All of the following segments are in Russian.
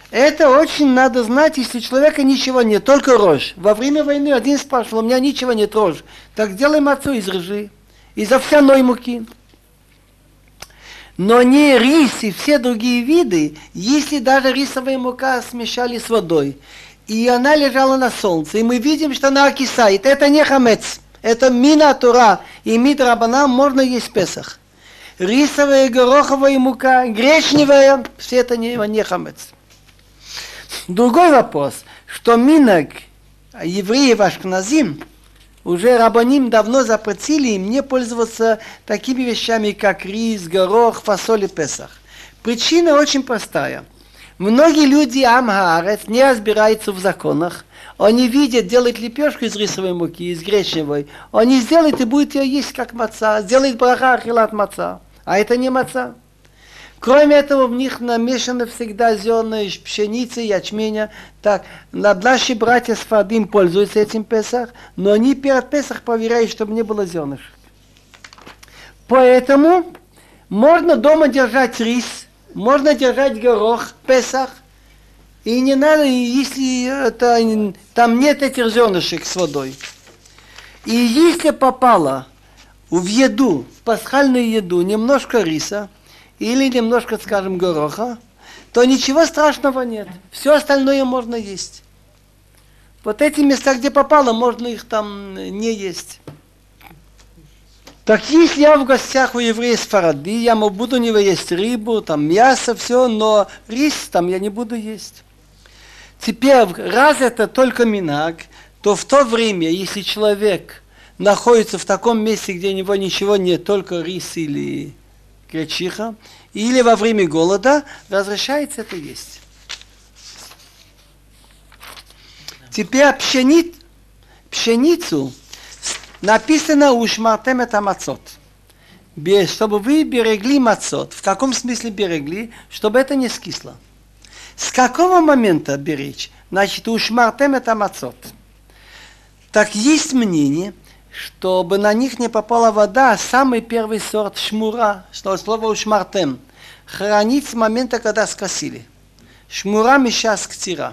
Это очень надо знать, если у человека ничего нет, только рожь. Во время войны один спрашивал, у меня ничего нет, рожь. Так делай мацу из ржи, из овсяной муки. Но не рис и все другие виды, если даже рисовая мука смешали с водой, и она лежала на солнце, и мы видим, что она окисает, это не хамец, это мина Тора, и мид рабанам можно есть в Песах. Рисовая, гороховая мука, гречневая, все это не хамец. Другой вопрос, что минок евреев ашкназим, уже рабаним давно запретили им не пользоваться такими вещами, как рис, горох, фасоль и Песах. Причина очень простая. Многие люди Ам-Хаарец не разбираются в законах. Они видят, делают лепешку из рисовой муки, из гречневой. Они сделают и будут ее есть как маца. Сделают браха ахилат маца. А это не маца. Кроме этого, в них намешано всегда зерна из пшеницы, ячменя. Так, наши братья Сфардим пользуются этим Песах, но они перед Песах проверяют, чтобы не было зернышек. Поэтому можно дома держать рис, можно держать горох в Песах, и не надо, если там нет этих зернышек с водой. И если попало в еду, в пасхальную еду, немножко риса, или немножко, скажем, гороха, то ничего страшного нет. Все остальное можно есть. Вот эти места, где попало, можно их там не есть. Так если я в гостях у еврея Сфаради, я буду у него есть рыбу, там мясо, все, но рис там я не буду есть. Теперь, раз это только минаг, то в то время, если человек находится в таком месте, где у него ничего нет, только рис или гречиха, или во время голода, разрешается это есть. Теперь пшеницу написано «Ушмартем это мацот», чтобы вы берегли мацот. В каком смысле берегли? Чтобы это не скисло. С какого момента беречь? Значит, «Ушмартем это мацот». Так есть мнение, чтобы на них не попала вода, самый первый сорт шмура, что слово ушмартем, хранить с момента, когда скосили. Шмура мишас ктира.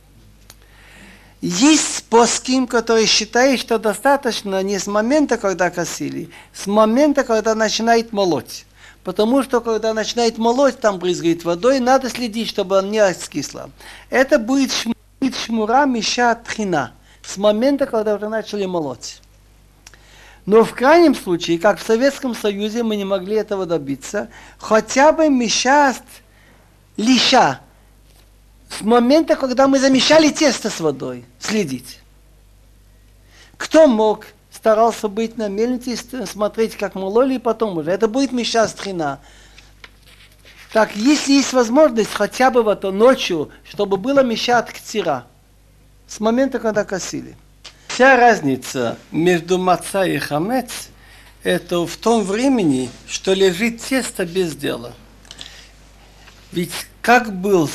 Есть поским, которые считают, что достаточно не с момента, когда косили, с момента, когда начинает молоть. Потому что, когда начинает молоть, там брызгает водой, надо следить, чтобы он не скисло. Это будет шмура миша тхина, с момента, когда уже начали молоть. Но в крайнем случае, как в Советском Союзе, мы не могли этого добиться, хотя бы мишаст лиша, с момента, когда мы замешали тесто с водой, следить. Кто мог, старался быть на мельнице, смотреть, как мололи, и потом уже. Это будет мишаст хина. Так, если есть возможность, хотя бы вот ночью, чтобы было мишат ктира, с момента, когда косили. Вся разница между маца и хамец – это в том времени, что лежит тесто без дела. Ведь как был,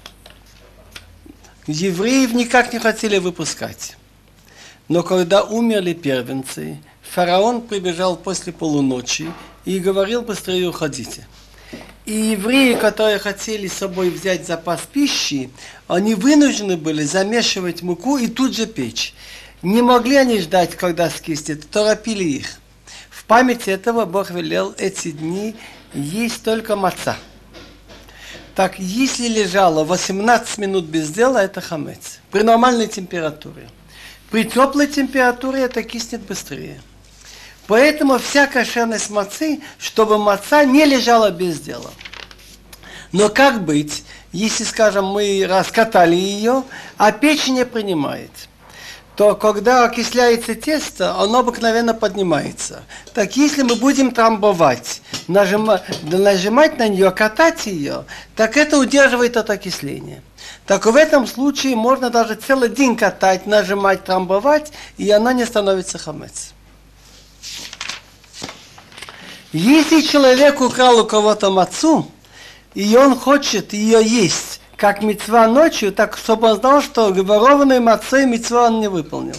евреев никак не хотели выпускать. Но когда умерли первенцы, фараон прибежал после полуночи и говорил: быстрее уходите. И евреи, которые хотели с собой взять запас пищи, они вынуждены были замешивать муку и тут же печь. Не могли они ждать, когда скиснет, торопили их. В память этого Бог велел эти дни есть только маца. Так, если лежало 18 минут без дела, это хамец. При нормальной температуре. При теплой температуре это киснет быстрее. Поэтому вся кошерность мацы, чтобы маца не лежала без дела. Но как быть, если, скажем, мы раскатали ее, а печь не принимает? То когда окисляется тесто, оно обыкновенно поднимается. Так если мы будем трамбовать, нажимать на нее, катать ее, так это удерживает от окисления. Так в этом случае можно даже целый день катать, нажимать, трамбовать, и она не становится хамец. Если человек украл у кого-то мацу, и он хочет ее есть, как мицва ночью, так чтобы он знал, что ворованной мацой мицва он не выполнил.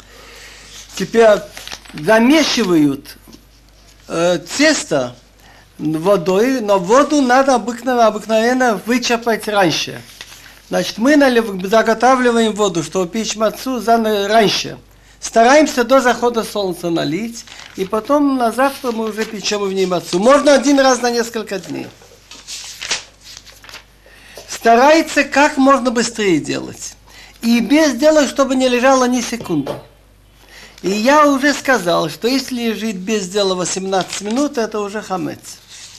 Теперь замешивают тесто водой, но воду надо обыкновенно вычерпать раньше. Значит, мы заготавливаем воду, чтобы печь мацу раньше. Стараемся до захода солнца налить, и потом на завтра мы уже печем в ней мацу. Можно один раз на несколько дней. Старается как можно быстрее делать. И без дела, чтобы не лежало ни секунды. И я уже сказал, что если лежит без дела 18 минут, это уже хамец.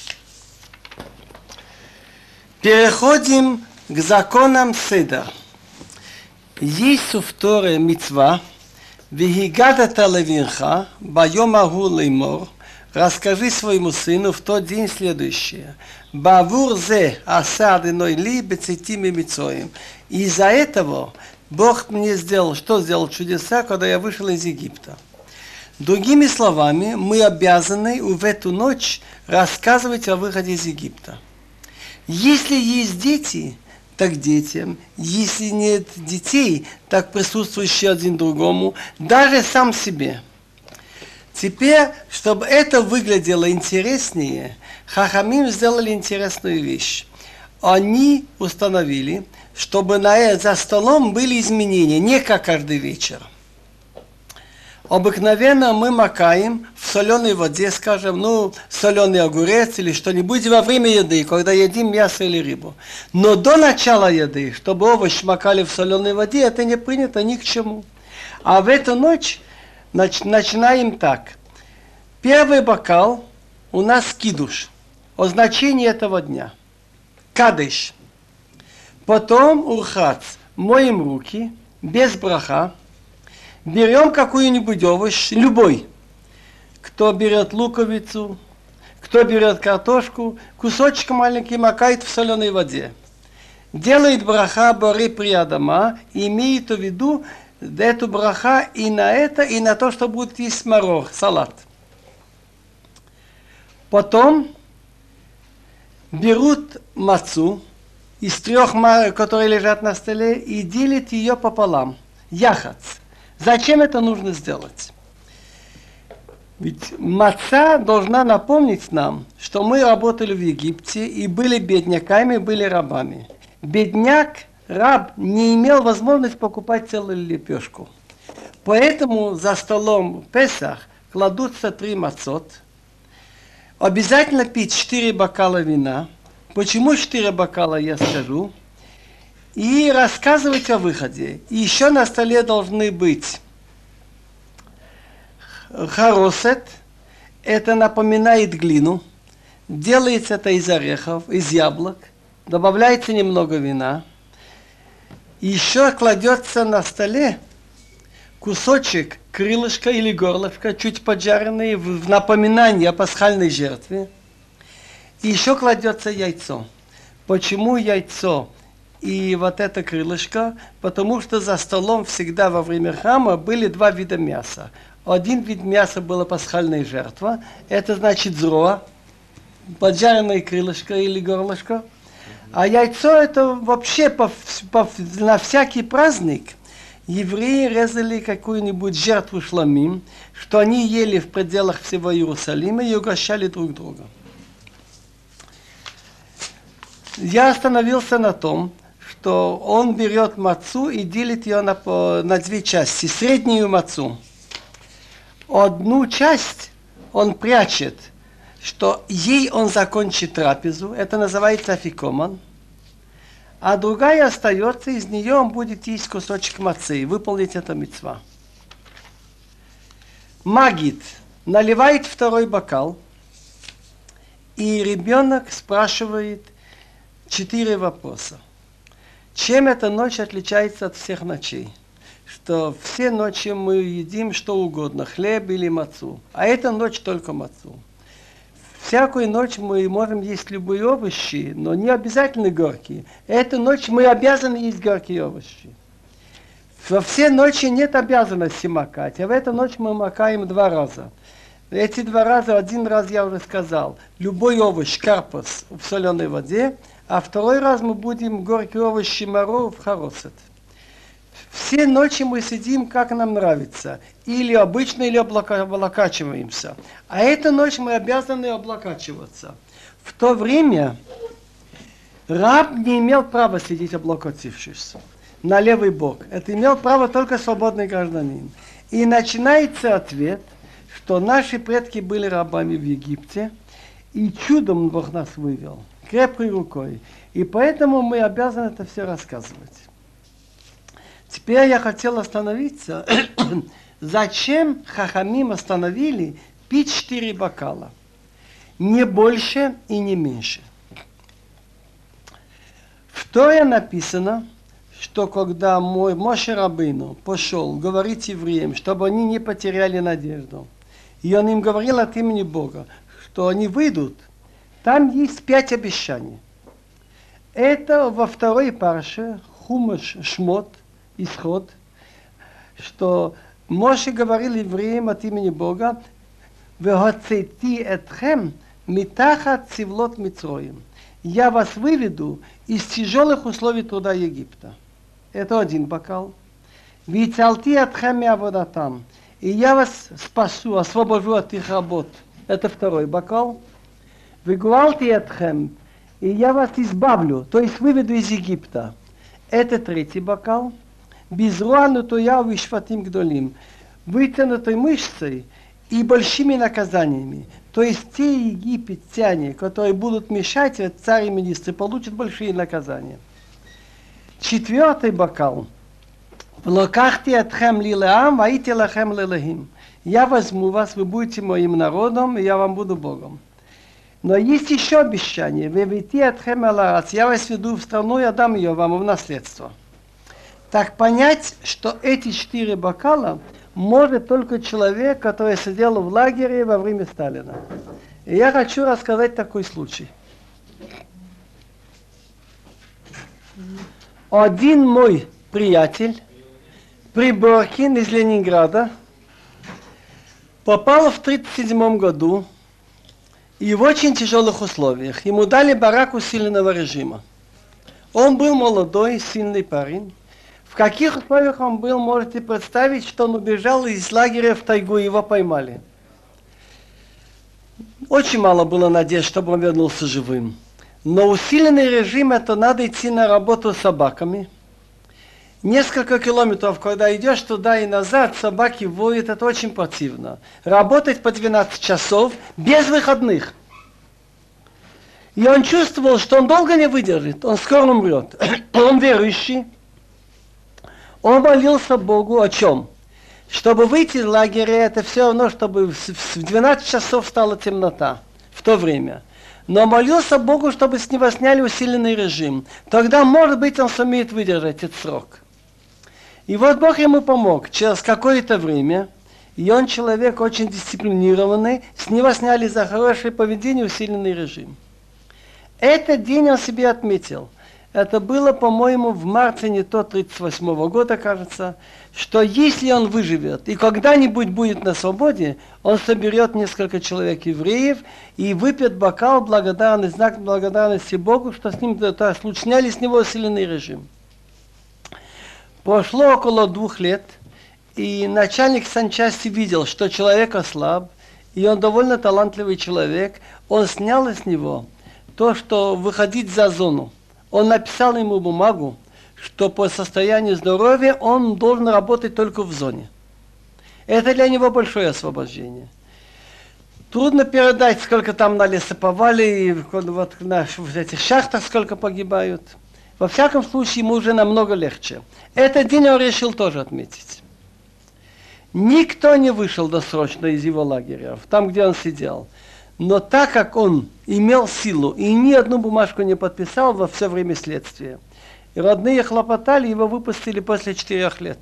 Переходим к законам седа. Есть у Торе мицва, «Вегигадата левинха, байом агу леймор», расскажи своему сыну в тот день следующее. «Бавур зе асад иной ли бецитими мицоим». Из-за этого Бог мне сделал, что сделал чудеса, когда я вышел из Египта. Другими словами, мы обязаны в эту ночь рассказывать о выходе из Египта. Если есть дети, так детям. Если нет детей, так присутствующие один другому, даже сам себе. Теперь, чтобы это выглядело интереснее, хахамим сделали интересную вещь. Они установили, чтобы за столом были изменения, не как каждый вечер. Обыкновенно мы макаем в соленой воде, скажем, соленый огурец или что-нибудь во время еды, когда едим мясо или рыбу. Но до начала еды, чтобы овощи макали в соленой воде, это не принято ни к чему. А в эту ночь начинаем так. Первый бокал у нас кидуш, о значении этого дня. Кадыш. Потом урхац, моем руки, без браха. Берем какую-нибудь овощ, любой. Кто берет луковицу, кто берет картошку, кусочек маленький макает в соленой воде. Делает браха бори приадама, имеет в виду эту браха и на это, и на то, что будет есть марор, салат. Потом берут мацу из 3, которые лежат на столе, и делят ее пополам. Яхац. Зачем это нужно сделать? Ведь маца должна напомнить нам, что мы работали в Египте и были бедняками, были рабами. Бедняк, раб, не имел возможности покупать целую лепешку. Поэтому за столом в Песах кладутся 3 мацот. Обязательно пить 4 бокала вина. Почему 4 бокала, я скажу. И рассказывать о выходе. И еще на столе должны быть харосет. Это напоминает глину. Делается это из орехов, из яблок. Добавляется немного вина. И еще кладется на столе кусочек крылышка или горлышка, чуть поджаренный, в напоминание о пасхальной жертве. И еще кладется яйцо. Почему яйцо? И вот это крылышко, потому что за столом всегда во время храма были 2 вида мяса. Один вид мяса была пасхальная жертва, это значит зроа, поджаренное крылышко или горлышко. А яйцо это вообще на всякий праздник. Евреи резали какую-нибудь жертву шламим, что они ели в пределах всего Иерусалима и угощали друг друга. Я остановился на том, что он берет мацу и делит ее на 2 части. Среднюю мацу. Одну часть он прячет, что ей он закончит трапезу. Это называется афикоман. А другая остается, из нее он будет есть кусочек мацы. Выполнить это мицва. Магит наливает 2 бокал. И ребенок спрашивает 4 вопроса. Чем эта ночь отличается от всех ночей? Что все ночи мы едим что угодно, хлеб или мацу. А эта ночь только мацу. Всякую ночь мы можем есть любые овощи, но не обязательно горькие. Эту ночь мы обязаны есть горькие овощи. Во все ночи нет обязанности макать, а в эту ночь мы макаем 2 раза. Эти 2 раза, 1 раз я уже сказал, любой овощ, карпус в соленой воде, а 2 раз мы будем горькие овощи маро в харосет. Все ночи мы сидим, как нам нравится. Или обычно, или облокачиваемся. А эту ночь мы обязаны облокачиваться. В то время раб не имел права сидеть облокотившись на левый бок. Это имел право только свободный гражданин. И начинается ответ, что наши предки были рабами в Египте, и чудом Бог нас вывел, крепкой рукой. И поэтому мы обязаны это все рассказывать. Теперь я хотел остановиться, зачем хахамим остановили пить 4 бокала. Не больше и не меньше. В Торе написано, что когда Моше Рабейну пошел говорить евреям, чтобы они не потеряли надежду, и он им говорил от имени Бога, что они выйдут, там есть 5 обещаний. Это во второй парше, Хумаш Шмот, Исход, что Моше говорил евреям от имени Бога, «Вегоцейти этхем митахат цивлот Мицроим». Я вас выведу из тяжелых условий труда Египта. Это 1 бокал. «Вицалти этхем миаводатам». И я вас спасу, освобожу от их работ. Это 2 бокал. «Вегуалти этхем». И я вас избавлю, то есть выведу из Египта. Это 3 бокал. «Безруану то я вишватим гдолим». Вытянутой мышцей и большими наказаниями. То есть те египтяне, которые будут мешать, царь и министры, получат большие наказания. 4 бокал. «Локахти атхем лилеам, ваити лахем лилехим». Я возьму вас, вы будете моим народом, и я вам буду Богом. Но есть еще обещание. «Вевити атхем аларас». Я вас веду в страну, я дам ее вам в наследство. Так понять, что эти 4 бокала может только человек, который сидел в лагере во время Сталина. И я хочу рассказать такой случай. Один мой приятель, Приборкин из Ленинграда, попал в 1937 году и в очень тяжелых условиях. Ему дали барак усиленного режима. Он был молодой, сильный парень. В каких условиях он был, можете представить, что он убежал из лагеря в тайгу, его поймали. Очень мало было надежд, чтобы он вернулся живым. Но усиленный режим, это надо идти на работу с собаками. Несколько километров, когда идешь туда и назад, собаки воют, это очень противно. Работать по 12 часов без выходных. И он чувствовал, что он долго не выдержит, он скоро умрет. Он верующий. Он молился Богу о чем? Чтобы выйти из лагеря, это все равно, чтобы в 12 часов стала темнота в то время. Но молился Богу, чтобы с него сняли усиленный режим. Тогда, может быть, он сумеет выдержать этот срок. И вот Бог ему помог. Через какое-то время, и он человек очень дисциплинированный, с него сняли за хорошее поведение усиленный режим. Этот день он себе отметил. Это было, по-моему, в марте не то 1938 года, кажется, что если он выживет и когда-нибудь будет на свободе, он соберет несколько человек евреев и выпьет бокал благодарный, знак благодарности Богу, что с ним сняли с него усиленный режим. Прошло около 2 лет, и начальник санчасти видел, что человек ослаб, и он довольно талантливый человек. Он снял с него то, что выходить за зону. Он написал ему бумагу, что по состоянию здоровья он должен работать только в зоне. Это для него большое освобождение. Трудно передать, сколько там на лесоповале, и вот в этих шахтах сколько погибают. Во всяком случае, ему уже намного легче. Этот день он решил тоже отметить. Никто не вышел досрочно из его лагеря, там, где он сидел. Но так как он имел силу и ни одну бумажку не подписал во все время следствия, и родные хлопотали, его выпустили после 4 лет.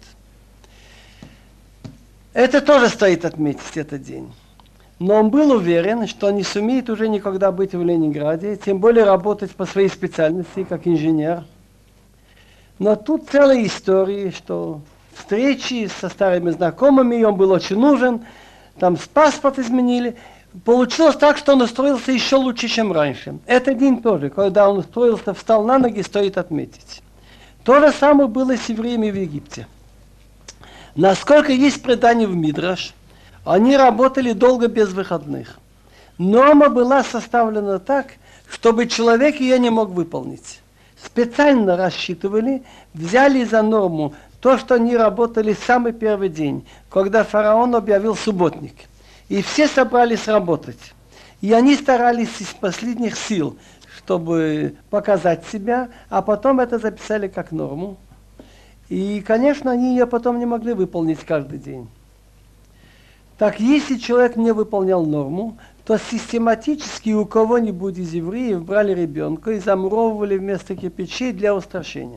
Это тоже стоит отметить, этот день. Но он был уверен, что не сумеет уже никогда быть в Ленинграде, тем более работать по своей специальности, как инженер. Но тут целая история, что встречи со старыми знакомыми, и он был очень нужен, там паспорт изменили. Получилось так, что он устроился еще лучше, чем раньше. Этот день тоже, когда он устроился, встал на ноги, стоит отметить. То же самое было с евреями в Египте. Насколько есть предание в Мидраш, они работали долго без выходных. Норма была составлена так, чтобы человек ее не мог выполнить. Специально рассчитывали, взяли за норму то, что они работали самый первый день, когда фараон объявил субботник. И все собрались работать. И они старались из последних сил, чтобы показать себя, а потом это записали как норму. И, конечно, они ее потом не могли выполнить каждый день. Так, если человек не выполнял норму, то систематически у кого-нибудь из евреев брали ребенка и замуровывали вместо кирпичей для устрашения.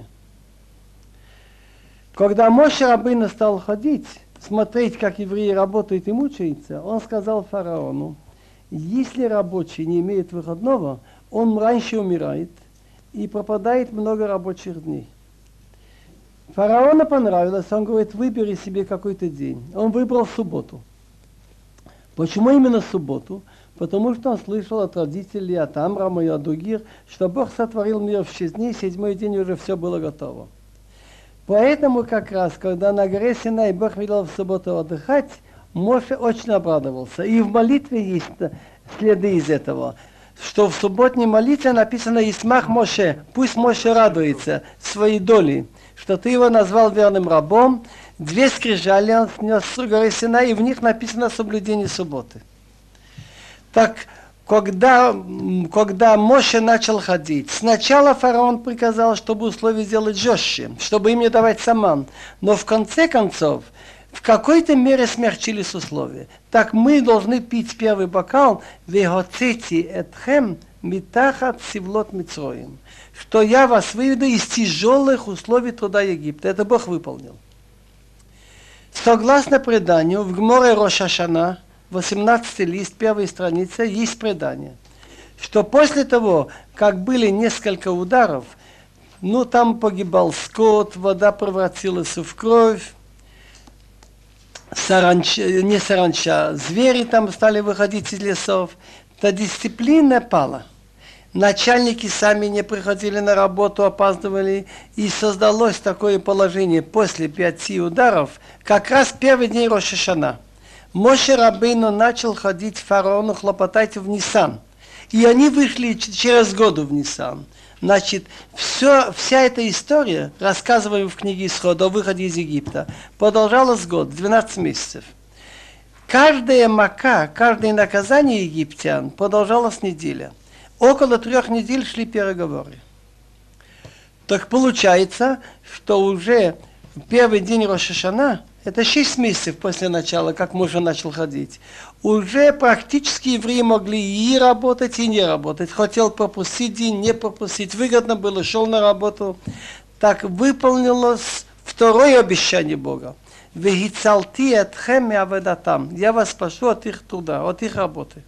Когда Моше Рабейну стал ходить, смотреть, как евреи работают и мучаются, он сказал фараону: если рабочий не имеет выходного, он раньше умирает и пропадает много рабочих дней. Фараону понравилось, он говорит: выбери себе какой-то день. Он выбрал субботу. Почему именно субботу? Потому что он слышал от родителей, от Амрама и от других, что Бог сотворил мир в 6 дней, 7-й день уже все было готово. Поэтому как раз, когда на горе Синай Бог велел в субботу отдыхать, Моше очень обрадовался. И в молитве есть следы из этого, что в субботней молитве написано «Исмах Моше», пусть Моше радуется своей долей, что ты его назвал верным рабом. 2 скрижали он снес с горы Синай, и в них написано соблюдение субботы. Так, когда Моше начал ходить, сначала фараон приказал, чтобы условия сделать жестче, чтобы им не давать саман. Но в конце концов, в какой-то мере смягчились условия. Так мы должны пить первый бокал «Вегоцети этхем митахат сивлот мицроим», что я вас выведу из тяжелых условий труда Египта. Это Бог выполнил. Согласно преданию, в Гморе Рош ха-Шана, 18 лист, первой страницы, есть предание, что после того, как были несколько ударов, там погибал скот, вода превратилась в кровь, звери там стали выходить из лесов, то дисциплина пала. Начальники сами не приходили на работу, опаздывали, и создалось такое положение после 5 ударов, как раз первый день Рош ха-Шана. Моше Рабейну начал ходить фараону хлопотать в Нисан. И они вышли через год в Нисан. Значит, вся эта история, рассказываемая в книге Исход о выходе из Египта, продолжалась год, 12 месяцев. Каждая мака, каждое наказание египтян продолжалось неделя. Около 3 недель шли переговоры. Так получается, что уже первый день Рош ха-Шана, это 6 месяцев после начала, как Моше начал ходить, уже практически евреи могли и работать, и не работать. Хотел пропустить день, не пропустить. Выгодно было, шел на работу. Так выполнилось второе обещание Бога. «Вегицалти этхем миаведатам». Я вас спашу от их труда, от их работы.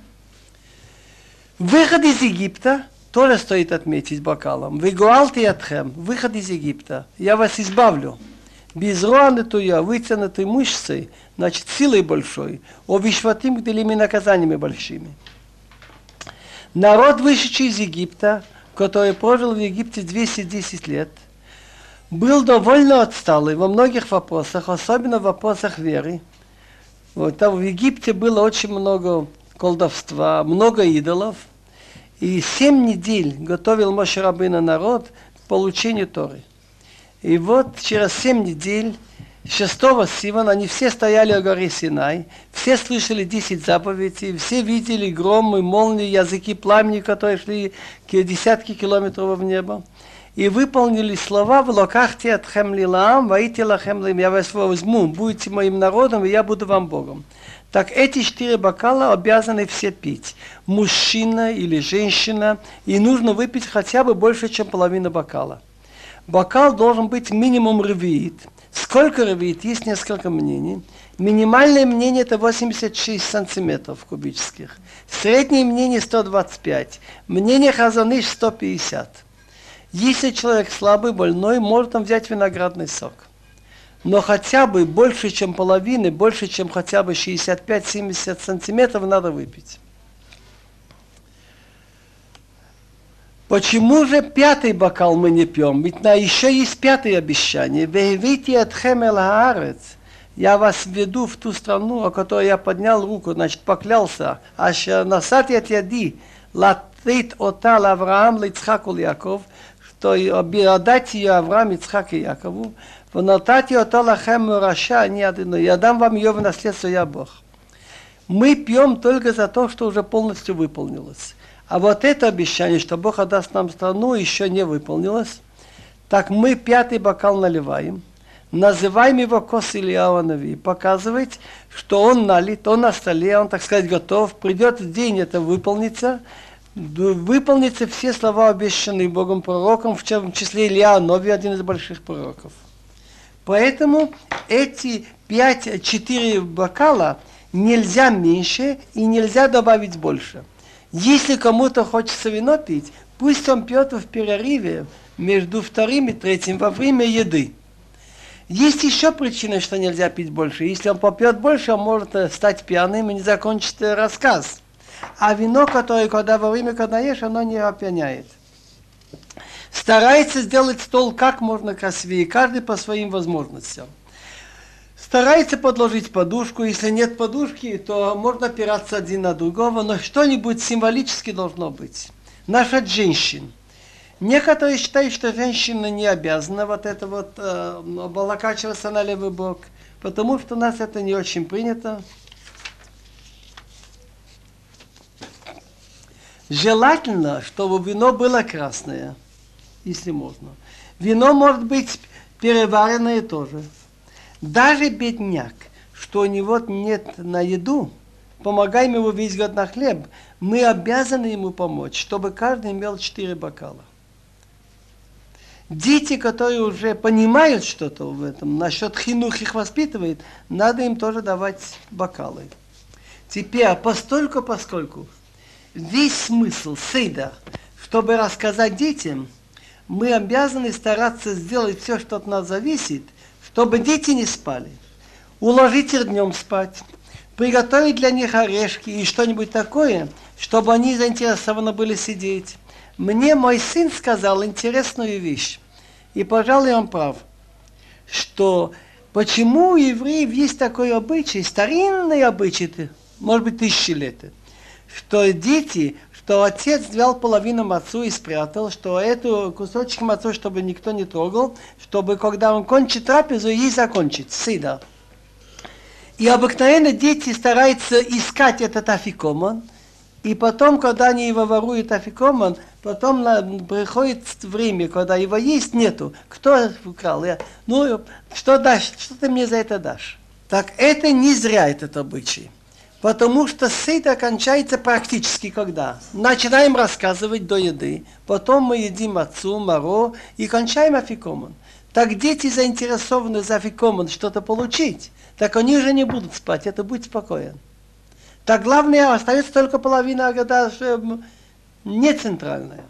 Выход из Египта тоже стоит отметить бокалом. «Вегуалти этхем». Выход из Египта. Я вас избавлю. Без руанетуя, вытянутой мышцей, значит, силой большой, обишватим гделими наказаниями большими. Народ, вышедший из Египта, который прожил в Египте 210 лет, был довольно отсталый во многих вопросах, особенно в вопросах веры. Там в Египте было очень много колдовства, много идолов, и 7 недель готовил Моше Рабейну народ к получению Торы. И вот через 7 недель, 6-го Сивана, они все стояли у горы Синай, все слышали 10 заповедей, все видели громы, молнии, языки пламени, которые шли десятки километров в небо, и выполнили слова «Влокахте атхем лилаам, ваити лахем лим». Я вас возьму, будете моим народом, и я буду вам Богом. Так эти 4 бокала обязаны все пить. Мужчина или женщина, и нужно выпить хотя бы больше, чем половину бокала. Бокал должен быть минимум ревиит. Сколько ревиит? Есть несколько мнений. Минимальное мнение это 86 сантиметров кубических. Среднее мнение 125. Мнение Хазон Иш 150. Если человек слабый, больной, может он взять виноградный сок. Но хотя бы больше, чем половины, больше, чем хотя бы 65-70 сантиметров надо выпить. Почему же 5-й бокал мы не пьем? Ведь еще есть 5-е обещание. «Веевити этхем эль хаарец». Я вас веду в ту страну, о которой я поднял руку, значит, поклялся. «Ашер насати ат яди ונתת אותה לאברהם, ליצחק וליעקב, что отдать ее Авраам, Ицхак и Якову, ונתתי אותו לכם מורשה, אני אדוני, я дам вам ее в наследство, я Бог. Мы пьем только за то, что уже полностью выполнилось. А вот это обещание, что Бог отдаст нам страну, еще не выполнилось. Так мы 5-й бокал наливаем, называем его Кос Ильяу Нави, показывать, что он налит, он на столе, он, так сказать, готов. Придет день, это выполнится. Выполнятся все слова, обещанные Богом пророком, в числе Илья Нови, один из больших пророков. Поэтому эти 4 бокала нельзя меньше и нельзя добавить больше. Если кому-то хочется вино пить, пусть он пьет в перерыве между 2-м и 3-м во время еды. Есть еще причина, что нельзя пить больше. Если он попьет больше, он может стать пьяным и не закончит рассказ. А вино, которое, когда во время, когда ешь, оно не опьяняет. Старается сделать стол как можно красивее, каждый по своим возможностям. Старается подложить подушку. Если нет подушки, то можно опираться один на другого, но что-нибудь символически должно быть. Насчет женщин. Некоторые считают, что женщина не обязана вот это вот оболокачиваться на левый бок, потому что у нас это не очень принято. Желательно, чтобы вино было красное, если можно. Вино может быть переваренное тоже. Даже бедняк, что у него нет на еду, помогаем ему весь год на хлеб, мы обязаны ему помочь, чтобы каждый имел 4 бокала. Дети, которые уже понимают что-то в этом, насчет хинух их воспитывает, надо им тоже давать бокалы. Теперь, поскольку весь смысл сейда, чтобы рассказать детям, мы обязаны стараться сделать все, что от нас зависит, чтобы дети не спали. Уложить их днем спать, приготовить для них орешки и что-нибудь такое, чтобы они заинтересованы были сидеть. Мне мой сын сказал интересную вещь, и, пожалуй, он прав, что почему у евреев есть такой обычай, старинный обычай, может быть, 1000 лет, что дети, что отец взял половину мацу и спрятал, что эту кусочек мацу, чтобы никто не трогал, чтобы, когда он кончит трапезу, ей закончить, сыда. И обыкновенно дети стараются искать этот афикоман, и потом, когда они его воруют афикоман, потом приходит время, когда его есть, нету. Кто украл? Ну, что дашь? Что ты мне за это дашь? Так это не зря этот обычай. Потому что сейда кончается практически когда? Начинаем рассказывать до еды, потом мы едим отцу, маро и кончаем афикоман. Так дети заинтересованы за афикоман что-то получить, так они уже не будут спать, это будь спокоен. Так главное, остается только половина года не центральная.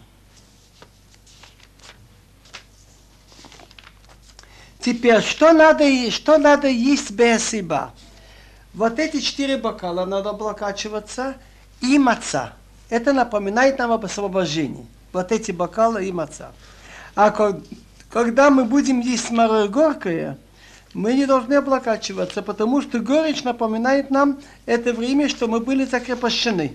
Теперь, что надо есть без себя? Вот эти 4 бокала надо облокачиваться и маца. Это напоминает нам об освобождении. Вот эти бокалы и маца. А когда мы будем есть марое горькое, мы не должны облокачиваться, потому что горечь напоминает нам это время, что мы были закрепощены.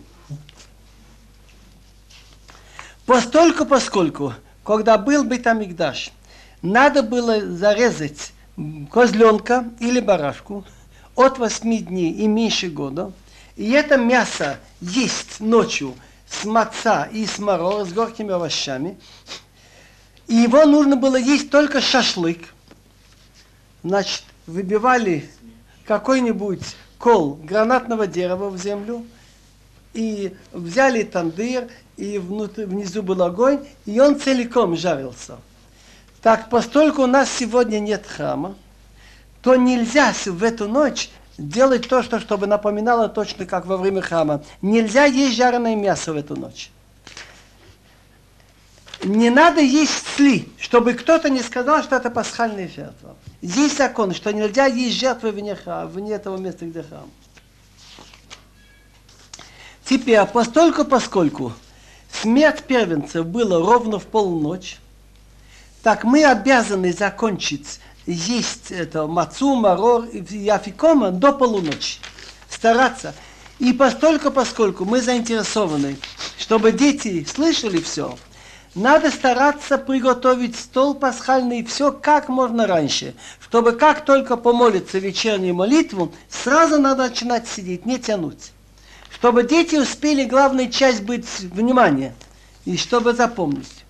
Поскольку, когда был Бейт Амикдаш, надо было зарезать козленка или барашку от 8 дней и меньше года, и это мясо есть ночью с маца и с маро, с горькими овощами, и его нужно было есть только шашлык. Значит, выбивали какой-нибудь кол гранатного дерева в землю, и взяли тандыр, и внизу был огонь, и он целиком жарился. Так, поскольку у нас сегодня нет храма, то нельзя в эту ночь делать то, чтобы напоминало точно, как во время храма. Нельзя есть жареное мясо в эту ночь. Не надо есть сли, чтобы кто-то не сказал, что это пасхальная жертва. Есть закон, что нельзя есть жертвы вне этого места, где храм. Теперь, поскольку смерть первенцев была ровно в полночь, так мы обязаны закончить есть это мацу, марор и афикома до полуночи. Стараться. И поскольку мы заинтересованы, чтобы дети слышали все, надо стараться приготовить стол пасхальный все как можно раньше, чтобы как только помолиться вечернюю молитву, сразу надо начинать сидеть, не тянуть. Чтобы дети успели главную часть быть внимания и чтобы запомнить.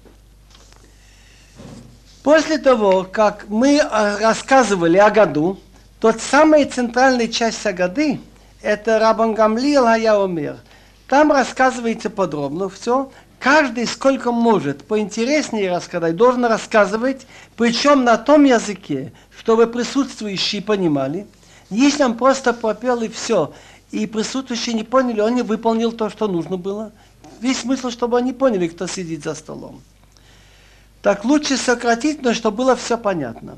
После того, как мы рассказывали о году, тот самая центральная часть Агады, это Раббан Гамлиэл хая омер. Там рассказывается подробно все. Каждый сколько может поинтереснее рассказать, должен рассказывать, причем на том языке, чтобы присутствующие понимали. Если он просто пропел и все, и присутствующие не поняли, он не выполнил то, что нужно было. Весь смысл, чтобы они поняли, кто сидит за столом. Так лучше сократить, но чтобы было все понятно.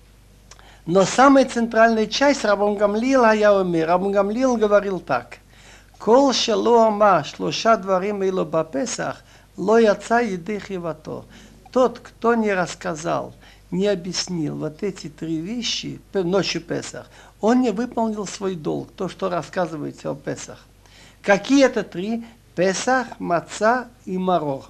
Но самая центральная часть Раббан Гамлиэл хая омер. Раббан Гамлиэл говорил так. Кол шело ама шлоша дварим эло бапесах, ло яца еды хивато. Тот, кто не рассказал, не объяснил вот эти три вещи ночью Песах, он не выполнил свой долг, то, что рассказывается о Песах. Какие это три? Песах, маца и марор.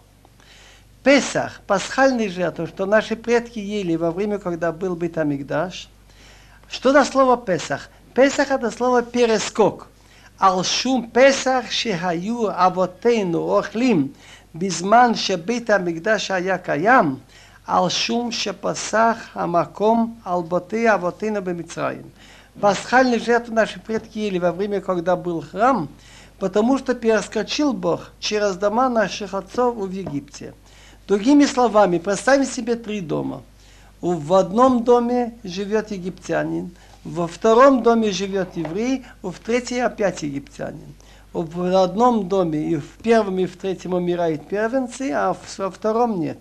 Песах, пасхальный жертва, что наши предки ели во время, когда был Бейт Амикдаш. Что за слово Песах? Песах это слово перескок. Ал-шум Песах шехаю авотейну охлим бизман шебейт Амикдаш ая каям ал-шум шепасах амаком ал-ботей авотейну бемицраим. Пасхальный жертву наши предки ели во время, когда был храм, потому что перескочил Бог через дома наших отцов в Египте. Другими словами, представим себе три дома. В одном доме живет египтянин, во втором доме живет еврей, в третьем опять египтянин. В одном доме и в первом, и в третьем умирают первенцы, а во втором нет.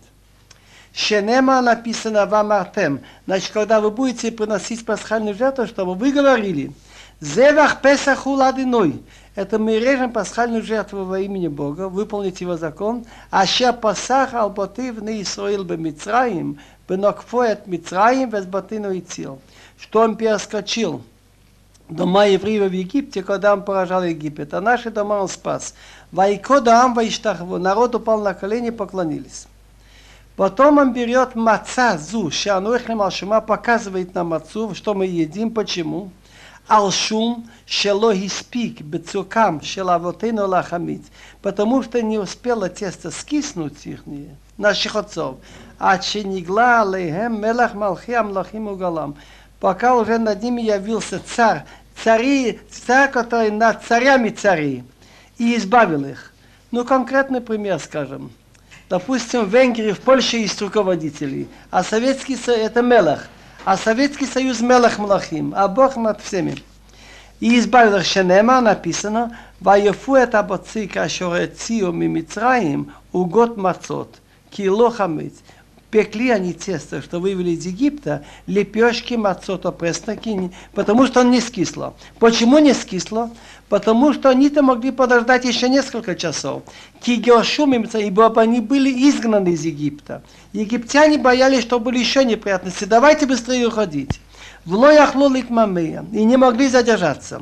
Шенема написано вам артем. Значит, когда вы будете приносить пасхальную жертву, чтобы вы говорили, Зевах Песаху ладиной. Это мы режем пасхальную жертву во имени Бога, выполнить его закон. Аша пасах алботы вне Исраил бемицраим, бенокфоет Мицраим везбатину и цил. Что он перескочил дома евреев в Египте, когда он поражал Египет, а наши дома он спас. Вайкода ам вайштахву, народ упал на колени и поклонились. Потом он берет маца зу, шануэхлем алшума, показывает нам мацу, что мы едим, почему. Алшум шело испик бецукам шелавотейну лахамит, потому что не успело тесто скиснуть их, наших отцов. А ченигла алейхем мелах малхи амлахим угалам, пока уже над ними явился царь, царь, который над царями царей, и избавил их. Ну, конкретный пример скажем. Допустим, в Венгрии, в Польше есть руководители, а Советский Союз это мелах. А Советский Союз мелах млахим, а Бог над всеми. И избавил их Шенема, написано, «Ваефу это абоци кашорецио мимицраим угот мацот, кило хамец». Пекли они тесто, что вывели из Египта, лепешки мацота пресноки, потому что он не скисло. Почему не скисло? Потому что они-то могли подождать еще несколько часов. Кигеошумимца, ибо они были изгнаны из Египта. Египтяне боялись, что были еще неприятности. Давайте быстрее уходить. В лояхло литмамея. И не могли задержаться.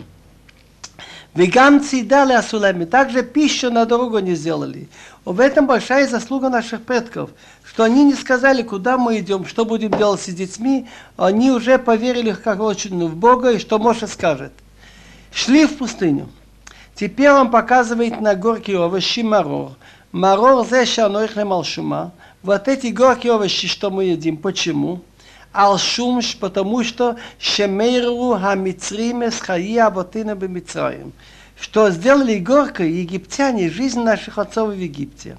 Вегамцы дали асулами. Также пищу на дорогу не сделали. В этом большая заслуга наших предков, что они не сказали, куда мы идем, что будем делать с детьми. Они уже поверили как очень в Бога и что Моше скажет. Шли в пустыню. Теперь он показывает на горькие овощи марор. Марор зе шанойхлем алшума. Вот эти горькие овощи, что мы едим. Почему? Алшум, потому что шемейру хамицриме схаи аботина бемицраим. Что сделали горькой египтяне жизнь наших отцов в Египте.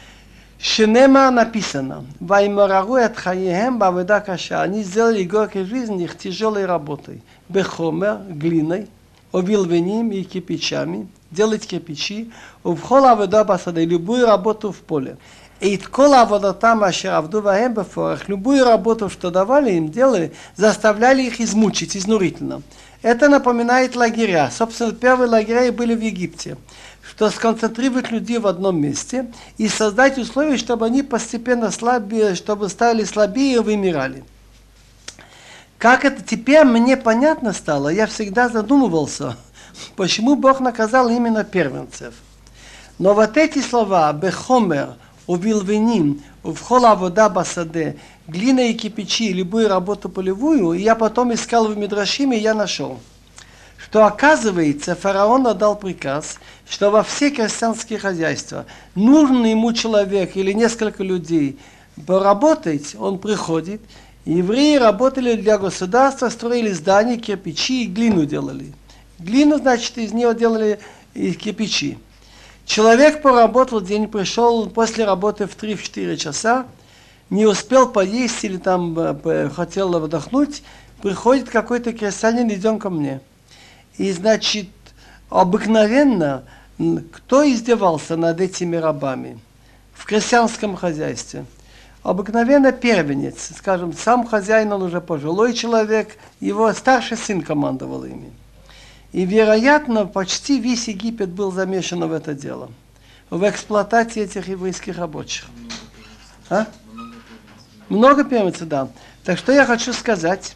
Шенема написано, «Вайморару эт хаехем баведа каша». Они сделали горькой жизнь их тяжелой работой. Бехомер, глиной, овилвеним и кирпичами, делать кирпичи, увхола аведа басаде, любую работу в поле. И ткола аводатам ашеравду ваhem бефорах, любую работу, что давали им, делали, заставляли их измучить, изнурительно. Это напоминает лагеря. Собственно, первые лагеря были в Египте. Что сконцентрировать людей в одном месте и создать условия, чтобы они постепенно слабее, чтобы стали слабее и вымирали. Как это теперь мне понятно стало, я всегда задумывался, почему Бог наказал именно первенцев. Но вот эти слова «бехомер», «увилвеним», «вхола вода басаде», «глина и кирпичи», «любую работу полевую», я потом искал в Мидрашиме, и я нашел, что оказывается фараон отдал приказ, что во все крестьянские хозяйства нужный ему человек или несколько людей поработать, он приходит. Евреи работали для государства, строили здания, кирпичи и глину делали. Глину, значит, из нее делали и кирпичи. Человек поработал день, пришел после работы в 3-4 часа, не успел поесть или там хотел отдохнуть, приходит какой-то крестьянин, идем ко мне. И, значит, обыкновенно, кто издевался над этими рабами в крестьянском хозяйстве? Обыкновенно первенец, скажем, сам хозяин, он уже пожилой человек, его старший сын командовал ими. И, вероятно, почти весь Египет был замешан в это дело, в эксплуатации этих еврейских рабочих. Много первенцев, да. Так что я хочу сказать.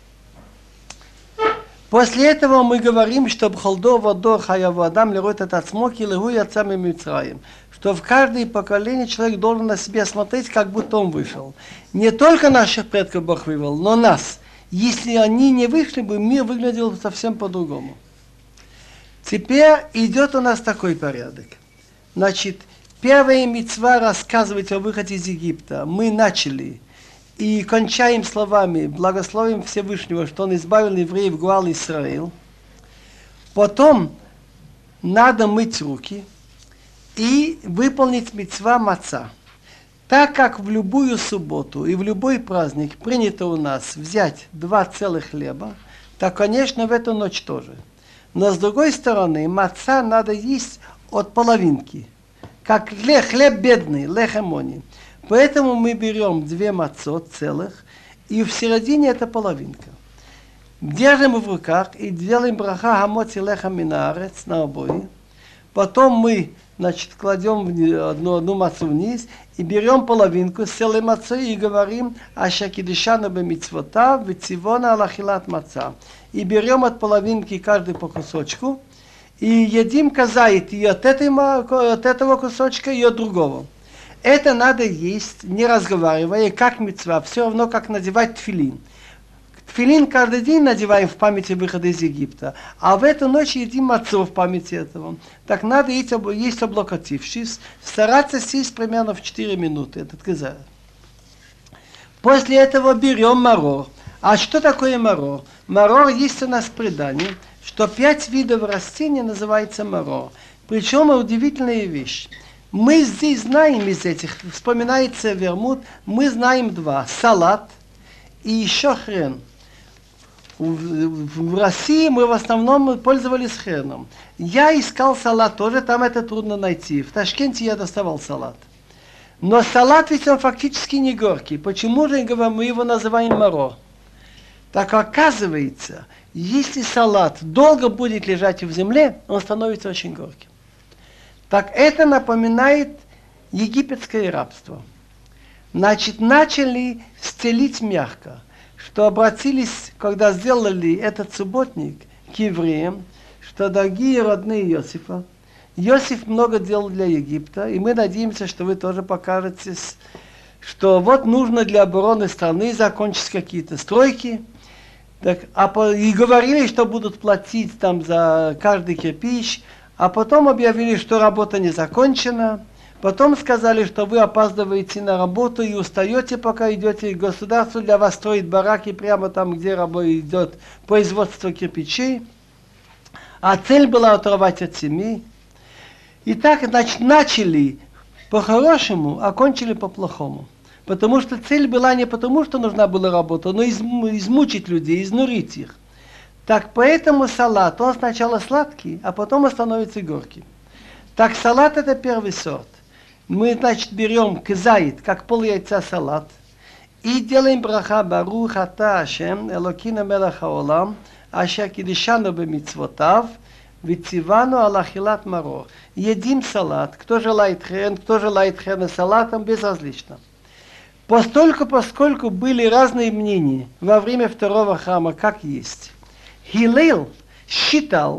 После этого мы говорим, что бхалдо вадор хаяву адам лерот этот смок и легу яцами мицраим, что в каждое поколение человек должен на себя смотреть, как будто он вышел. Не только наших предков Бог вывел, но нас. Если они не вышли бы, мир выглядел совсем по-другому. Теперь идет у нас такой порядок. Значит, первая мицва рассказывать о выходе из Египта. Мы начали. И кончаем словами, благословим Всевышнего, что Он избавил евреев Гуал Исраил. Потом надо мыть руки и выполнить мицва маца. Так как в любую субботу и в любой праздник принято у нас взять 2 целых хлеба, так, конечно, в эту ночь тоже. Но с другой стороны, маца надо есть от половинки, как хлеб бедный, лехемони. Поэтому мы берем 2 мацот целых, и в середине это половинка. Держим в руках и делаем браха хамоци леха минаарец на обои. Потом мы, значит, кладем одну мацу вниз и берем половинку с целой мацой и говорим ашакидишана бемицвота вецивона алахилат маца. И берем от половинки каждый по кусочку и едим казаит и от этого кусочка, и от другого. Это надо есть, не разговаривая, как мицва, все равно, как надевать тфилин. Тфилин каждый день надеваем в памяти выхода из Египта, а в эту ночь едим мацу в памяти этого. Так надо есть облокотившись, стараться сесть примерно в 4 минуты, этот казаит. После этого берем марор. А что такое марор? Марор есть у нас в предании, что 5 видов растений называется марор. Причем удивительная вещь. Мы здесь знаем из этих, вспоминается вермут, мы знаем 2. Салат и еще хрен. В России мы в основном пользовались хреном. Я искал салат тоже, там это трудно найти. В Ташкенте я доставал салат. Но салат ведь он фактически не горький. Почему же мы его называем маро? Так оказывается, если салат долго будет лежать в земле, он становится очень горьким. Так это напоминает египетское рабство. Значит, начали стелить мягко, что обратились, когда сделали этот субботник, к евреям, что дорогие родные Иосифа, Иосиф много делал для Египта, и мы надеемся, что вы тоже покажетесь, что вот нужно для обороны страны закончить какие-то стройки, так, и говорили, что будут платить там за каждый кирпич, а потом объявили, что работа не закончена. Потом сказали, что вы опаздываете на работу и устаете, пока идете к государству, для вас строить бараки прямо там, где идет производство кирпичей. А цель была оторвать от семьи. И так, значит, начали по-хорошему, а кончили по-плохому. Потому что цель была не потому, что нужна была работа, но измучить людей, изнурить их. Так поэтому салат, он сначала сладкий, а потом он становится горьким. Так салат это первый сорт. Мы, значит, берем кизаит, как пол яйца салат, и делаем браха барух ата Ашем, Элокина мелах хаолам, ашер кидишану бемицвотав, вецивану алахилат марор. Едим салат, кто желает хрен с салатом, безразлично. Поскольку были разные мнения во время второго храма, как есть. Хилел считал,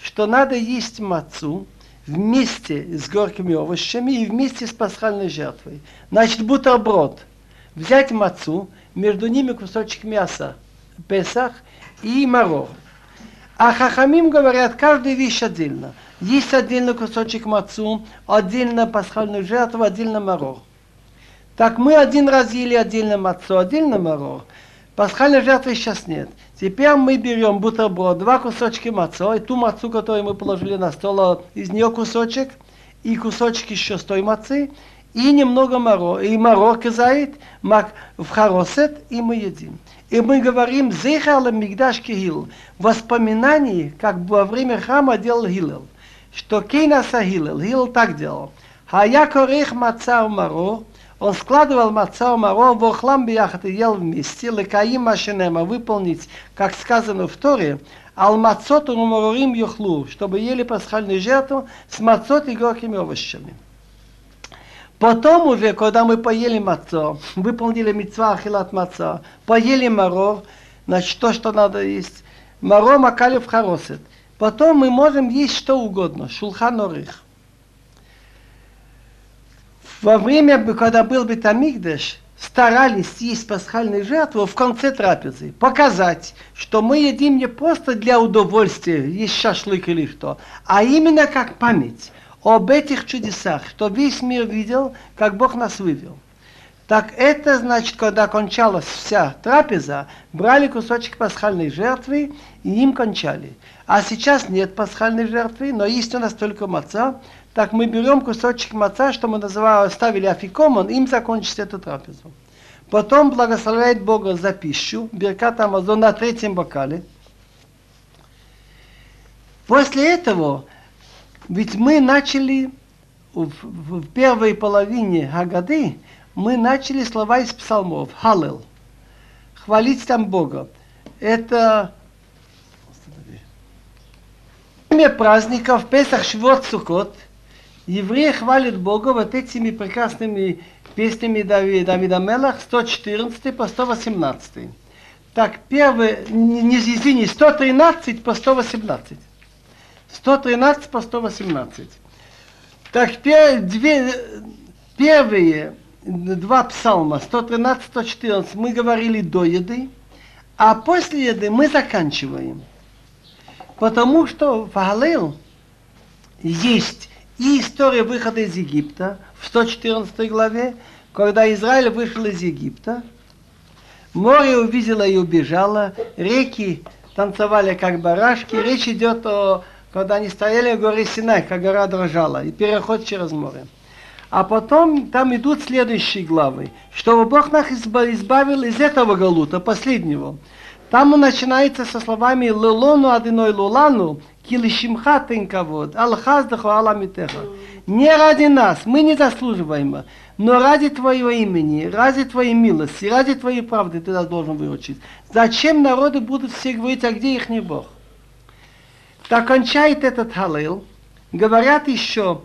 что надо есть мацу вместе с горькими овощами и вместе с пасхальной жертвой. Значит, бутерброд. Взять мацу, между ними кусочек мяса, Песах и марор. А хахамим говорят, каждую вещь отдельно. Есть отдельно кусочек мацу, отдельно пасхальную жертву, отдельно марор. Так мы один раз ели отдельно мацу, отдельно марор. Пасхальной жертвы сейчас нет. Теперь мы берем бутерброд, 2 кусочка мацу, и ту мацу, которую мы положили на стол, из нее кусочек, и кусочек еще с той мацы, и немного марор. И марор казает, мак в харосет, и мы едим. И мы говорим, зехар мигдаш кихил, воспоминание, как во время храма делал Хилел. Что кейнаса Хилел, Хилел так делал. Хая корех маца у марор, он складывал маца у марор, вохлам бияхат и ел вместе, лекаим машинема, выполнить, как сказано в Торе, ал мацот у марорим юхлу, чтобы ели пасхальную жертву с мацот и горькими овощами. Потом уже, когда мы поели мацо, выполнили мицва ахилат маца, поели марор, значит, то, что надо есть, марор макали в харосет. Потом мы можем есть что угодно, шулхан орих. Во время, когда был бет-амикдаш, старались есть пасхальную жертву в конце трапезы. Показать, что мы едим не просто для удовольствия, есть шашлык или что, а именно как память об этих чудесах, что весь мир видел, как Бог нас вывел. Так это значит, когда кончалась вся трапеза, брали кусочек пасхальной жертвы и им кончали. А сейчас нет пасхальной жертвы, но есть у нас только маца. Так мы берем кусочек маца, что мы называем, ставили афикомон, им закончить эту трапезу. Потом благословляет Бога за пищу, Беркат Амазон на 3-м бокале. После этого, ведь мы начали в первой половине Хагады, мы начали слова из псалмов, Халел, хвалить там Бога. Это время праздников Песах, Швот, Суккот. Евреи хвалят Бога вот этими прекрасными песнями Давида Мелах, 114 по 118. Так, первый, извини, 113 по 118. 113 по 118. Так, первые 2 псалма, 113-114, мы говорили до еды, а после еды мы заканчиваем. Потому что в Галил есть и история выхода из Египта в 114 главе, когда Израиль вышел из Египта, море увидело и убежало, реки танцевали как барашки. Речь идет о, когда они стояли в горе Синай, как гора дрожала, и переход через море. А потом там идут следующие главы, чтобы Бог нас избавил из этого галута, последнего. Там он начинается со словами «Лелону адиной лулану, килишимха тенкавод, алхаздаху аламитеха». Не ради нас, мы не заслуживаем, но ради твоего имени, ради твоей милости, ради твоей правды ты нас должен выручить. Зачем народы будут все говорить, а где их не Бог? Так кончает этот Халил. Говорят еще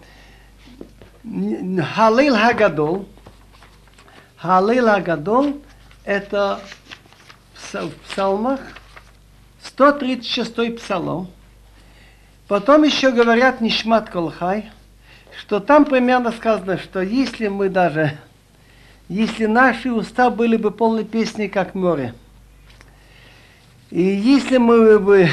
Халил Хагадол. Халил Хагадол это в псалмах 136 псалом. Потом еще говорят Нишмат Колхай, что там примерно сказано, что если мы даже, если наши уста были бы полны песни, как море, и если мы бы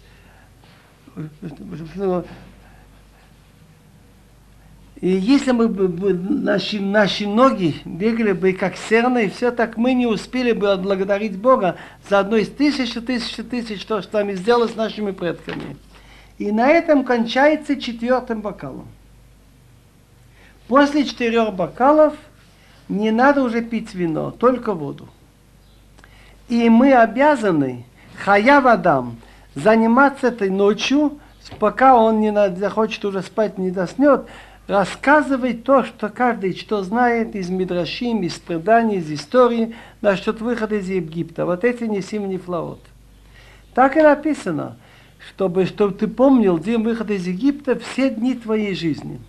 и если мы бы наши ноги бегали бы как серны, и все так, мы не успели бы отблагодарить Бога за одно из тысяч, то, что мы сделали с нашими предками. И на этом кончается 4-м бокалом. После 4 бокалов не надо уже пить вино, только воду. И мы обязаны, хаяв адам, заниматься этой ночью, пока он не захочет уже спать, не доснет, рассказывать то, что каждый что знает из мидрашим, из преданий, из истории, насчет выхода из Египта. Вот эти несим нефлаот. Так и написано, чтобы ты помнил день выхода из Египта все дни твоей жизни.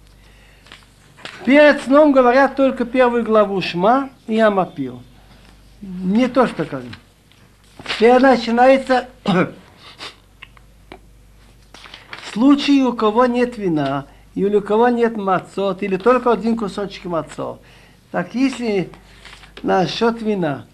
Перед сном говорят только 1 главу Шма и Амапир. Не то, что кажется. Теперь начинается случае, у кого нет вина, или у кого нет мацот, или только один кусочек мацот, так если насчет вина,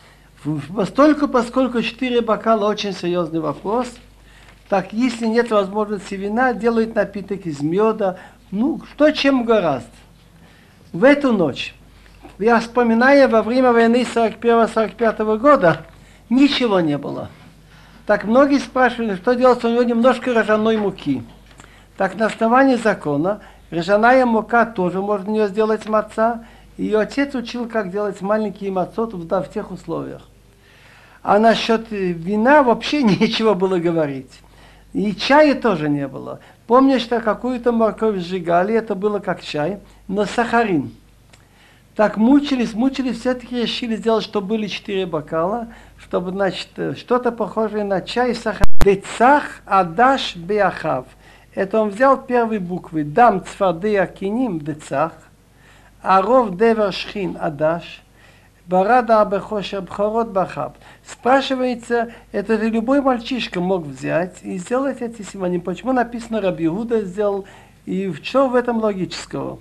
поскольку 4 бокала очень серьезный вопрос, так если нет возможности вина, делают напиток из меда, ну, что чем гораздо. В эту ночь, я вспоминаю, во время войны 41-45 года ничего не было. Так многие спрашивали, что делать, у него немножко ржаной муки. Так на основании закона, ржаная мука тоже можно ее сделать маца. И отец учил, как делать маленькие мацот в тех условиях. А насчет вина вообще нечего было говорить. И чая тоже не было. Помню, что какую-то морковь сжигали, это было как чай, но сахарин. Так мучились, все-таки решили сделать, чтобы были 4 бокала, чтобы, значит, что-то похожее на чай и сахар. Децах адаш беахав. Это он взял первые буквы. Дам цфады акиним децах. Аров девер шхин адаш. Барада абехоша бхорот бахаб. Спрашивается, это же любой мальчишка мог взять и сделать эти символы. Почему написано Раби Иуда сделал, и что в этом логического?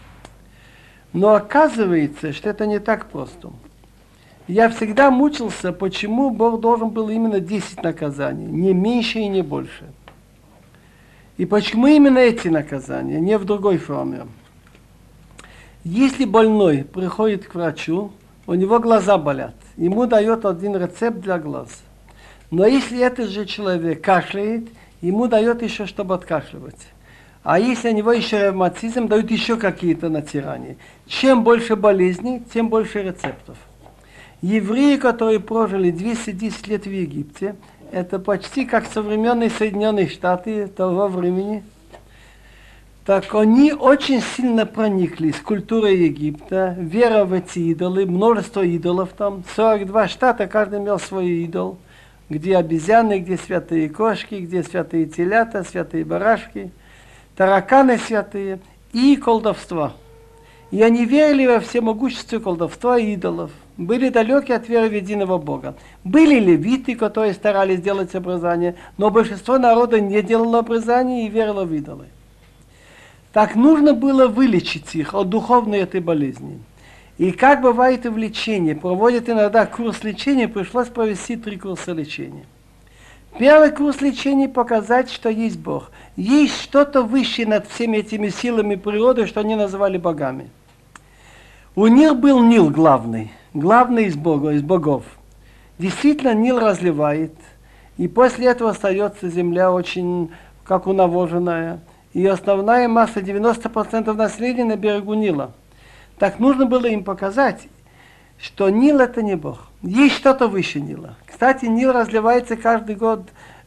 Но оказывается, что это не так просто. Я всегда мучился, почему Бог должен был именно 10 наказаний, не меньше и не больше. И почему именно эти наказания, не в другой форме. Если больной приходит к врачу, у него глаза болят, ему дает один рецепт для глаз. Но если этот же человек кашляет, ему дает еще, чтобы откашливать. А если у него еще ревматизм, дают еще какие-то натирания. Чем больше болезней, тем больше рецептов. Евреи, которые прожили 210 лет в Египте, это почти как современные Соединенные Штаты того времени. Так они очень сильно прониклись в культуру Египта, вера в эти идолы, множество идолов там. 42 штата, каждый имел свой идол. Где обезьяны, где святые кошки, где святые телята, святые барашки. Тараканы святые и колдовство. И они верили во всемогущество колдовства и идолов. Были далеки от веры в единого Бога. Были левиты, которые старались делать обрезание, но большинство народа не делало обрезание и верило в идолы. Так нужно было вылечить их от духовной этой болезни. И как бывает и в лечении, проводят иногда курс лечения, пришлось провести 3 курса лечения. Первый курс лечения показать, что есть Бог. Есть что-то высшее над всеми этими силами природы, что они называли богами. У них был Нил главный из богов. Действительно, Нил разливает, и после этого остается земля очень как унавоженная. И основная масса, 90% населения на берегу Нила. Так нужно было им показать, что Нил это не Бог. Есть что-то выше Нила. Кстати, Нил разливается каждый год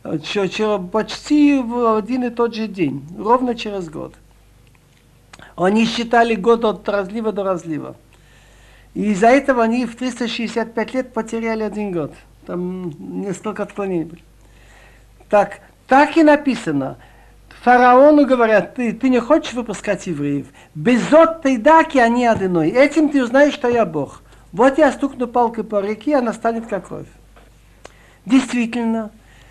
почти в один и тот же день, ровно через год. Они считали год от разлива до разлива. И из-за этого они в 365 лет потеряли 1 год. Там несколько отклонений были. Так и написано. Фараону говорят, ты не хочешь выпускать евреев? Безот тейдаки они одиной. Этим ты узнаешь, что я Бог. Вот я стукну палкой по реке, она станет как кровь. Действительно.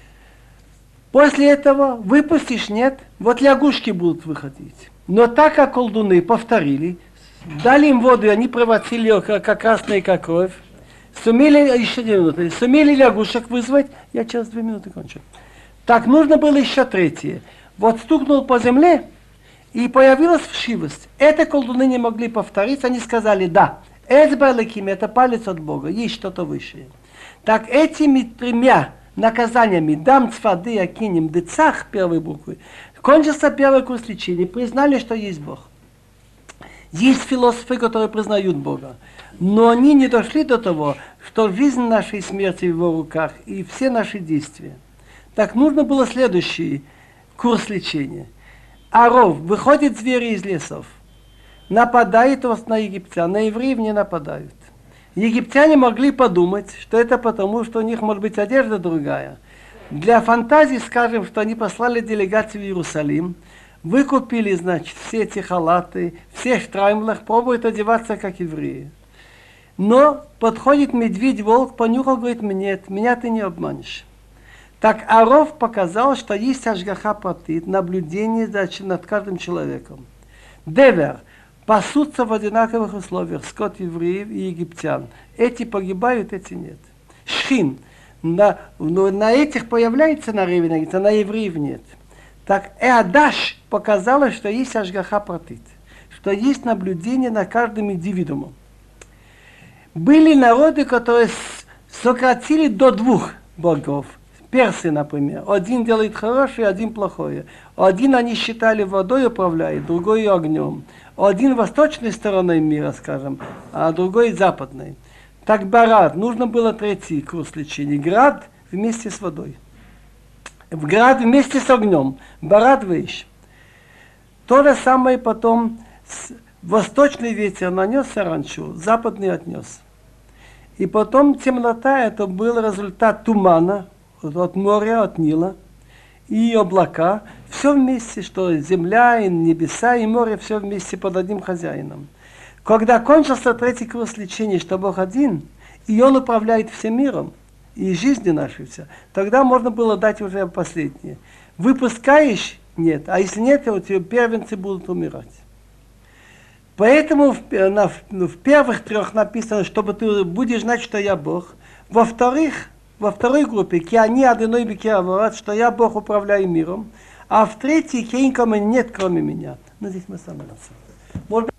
После этого выпустишь, нет, вот лягушки будут выходить. Но так как колдуны повторили, дали им воду, и они превратили ее как красной, как кровь, сумели, еще 2 минуты, сумели лягушек вызвать, я через 2 минуты кончу. Так нужно было еще 3. Вот стукнул по земле, и появилась вшивость. Это колдуны не могли повторить, они сказали, да, эцбалаким, это палец от Бога, есть что-то высшее. Так этими 3 наказаниями, дам цфады акиним децах, первой буквы, кончился первый курс лечения, признали, что есть Бог. Есть философы, которые признают Бога, но они не дошли до того, что жизнь нашей смерти в его руках и все наши действия. Так нужно было следующий курс лечения. Аров, выходят звери из лесов, нападают на египтян, на евреев не нападают. Египтяне могли подумать, что это потому, что у них может быть одежда другая. Для фантазии скажем, что они послали делегацию в Иерусалим, выкупили, значит, все эти халаты, все штраймлах, пробуют одеваться как евреи. Но подходит медведь, волк, понюхал, говорит, нет, меня ты не обманешь. Так Аров показал, что есть ашгаха пратит, наблюдение над каждым человеком. Девер пасутся в одинаковых условиях, скот евреев и египтян. Эти погибают, эти нет. Шхин, на этих появляется на раввинах, а на евреев нет. Так Эадаш показала, что есть ашгаха пратит, что есть наблюдение над каждым индивидуумом. Были народы, которые сократили до 2 богов. Персы, например. Один делает хорошее, один плохое. Один они считали водой управляет, другой огнем. Один восточной стороной мира, скажем, а другой западной. Так Барат, нужно было 3-й курс лечения. Град вместе с водой. Град вместе с огнем. Барат выше. То же самое потом восточный ветер нанес саранчу, западный отнес. И потом темнота, это был результат тумана от моря, от Нила, и облака, все вместе, что земля, и небеса, и море, все вместе под одним хозяином. Когда кончился 3-й курс лечения, что Бог один, и Он управляет всем миром, и жизнью нашей все, тогда можно было дать уже последнее. Выпускаешь? Нет. А если нет, то у тебя первенцы будут умирать. Поэтому в первых 3 написано, чтобы ты будешь знать, что я Бог. Во второй группе, ки они одиной беки аворат, что я Бог, управляю миром. А в 3-й, ки никому нет, кроме меня. Ну, здесь мы сами.